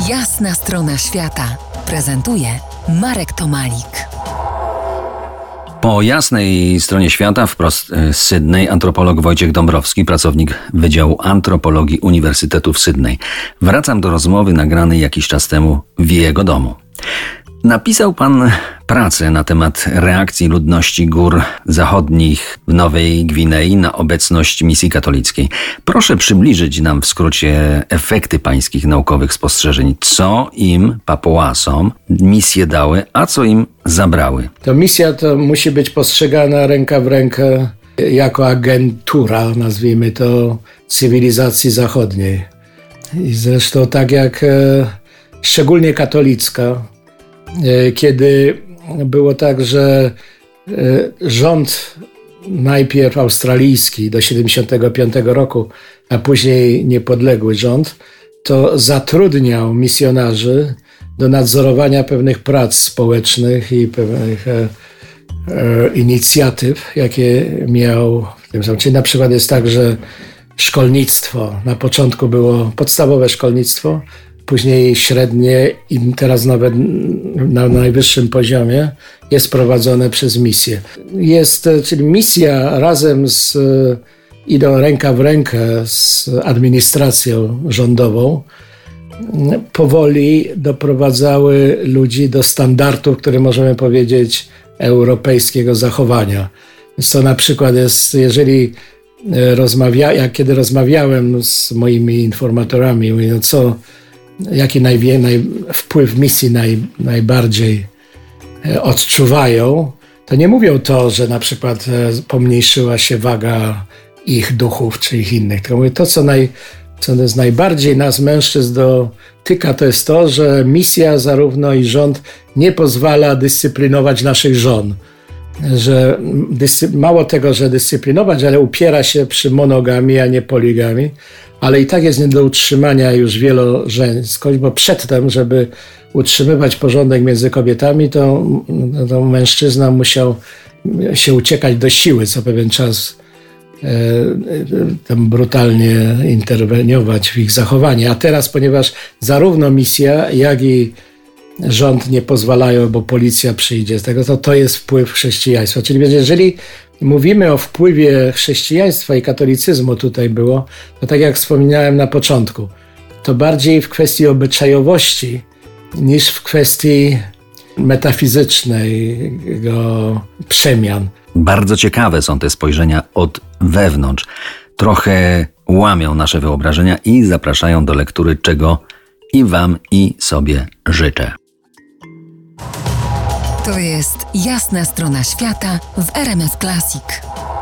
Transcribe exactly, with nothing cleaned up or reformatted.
Jasna strona świata prezentuje Marek Tomalik. Po jasnej stronie świata, wprost z Sydney, antropolog Wojciech Dąbrowski, pracownik Wydziału Antropologii Uniwersytetu w Sydney. Wracam do rozmowy nagranej jakiś czas temu w jego domu. Napisał pan pracę na temat reakcji ludności gór zachodnich w Nowej Gwinei na obecność misji katolickiej. Proszę przybliżyć nam w skrócie efekty pańskich naukowych spostrzeżeń. Co im, Papuasom, misje dały, a co im zabrały? To misja to musi być postrzegana ręka w rękę jako agentura, nazwijmy to, cywilizacji zachodniej. I zresztą tak jak e, szczególnie katolicka, kiedy było tak, że rząd najpierw australijski do siedemdziesiątego piątego roku, a później niepodległy rząd, to zatrudniał misjonarzy do nadzorowania pewnych prac społecznych i pewnych e, e, inicjatyw, jakie miał w tym samym. Czyli na przykład jest tak, że szkolnictwo, na początku było podstawowe szkolnictwo, później średnie i teraz nawet na najwyższym poziomie jest prowadzone przez misję. Jest, czyli misja razem z, idą ręka w rękę z administracją rządową, powoli doprowadzały ludzi do standardów, które możemy powiedzieć europejskiego zachowania. Więc to na przykład jest, jeżeli rozmawia, ja kiedy rozmawiałem z moimi informatorami, mówię, no co jaki najwie, naj, wpływ misji naj, najbardziej odczuwają, to nie mówią to, że na przykład pomniejszyła się waga ich duchów czy ich innych, tylko mówię to, co, naj, co jest najbardziej nas mężczyzn dotyka, to jest to, że misja zarówno i rząd nie pozwala dyscyplinować naszych żon. Że dyscy, mało tego, że dyscyplinować, ale upiera się przy monogamii, a nie poligamii, ale i tak jest nie do utrzymania już wielożeńskość, bo przedtem, żeby utrzymywać porządek między kobietami, to, to mężczyzna musiał się uciekać do siły co pewien czas, e, tam brutalnie interweniować w ich zachowanie. A teraz, ponieważ zarówno misja, jak i rząd nie pozwalają, bo policja przyjdzie z tego, to to jest wpływ chrześcijaństwa. Czyli jeżeli mówimy o wpływie chrześcijaństwa i katolicyzmu tutaj było, to tak jak wspominałem na początku, to bardziej w kwestii obyczajowości niż w kwestii metafizycznego przemian. Bardzo ciekawe są te spojrzenia od wewnątrz. Trochę łamią nasze wyobrażenia i zapraszają do lektury, czego i wam, i sobie życzę. To jest Jasna strona świata w R M F Classic.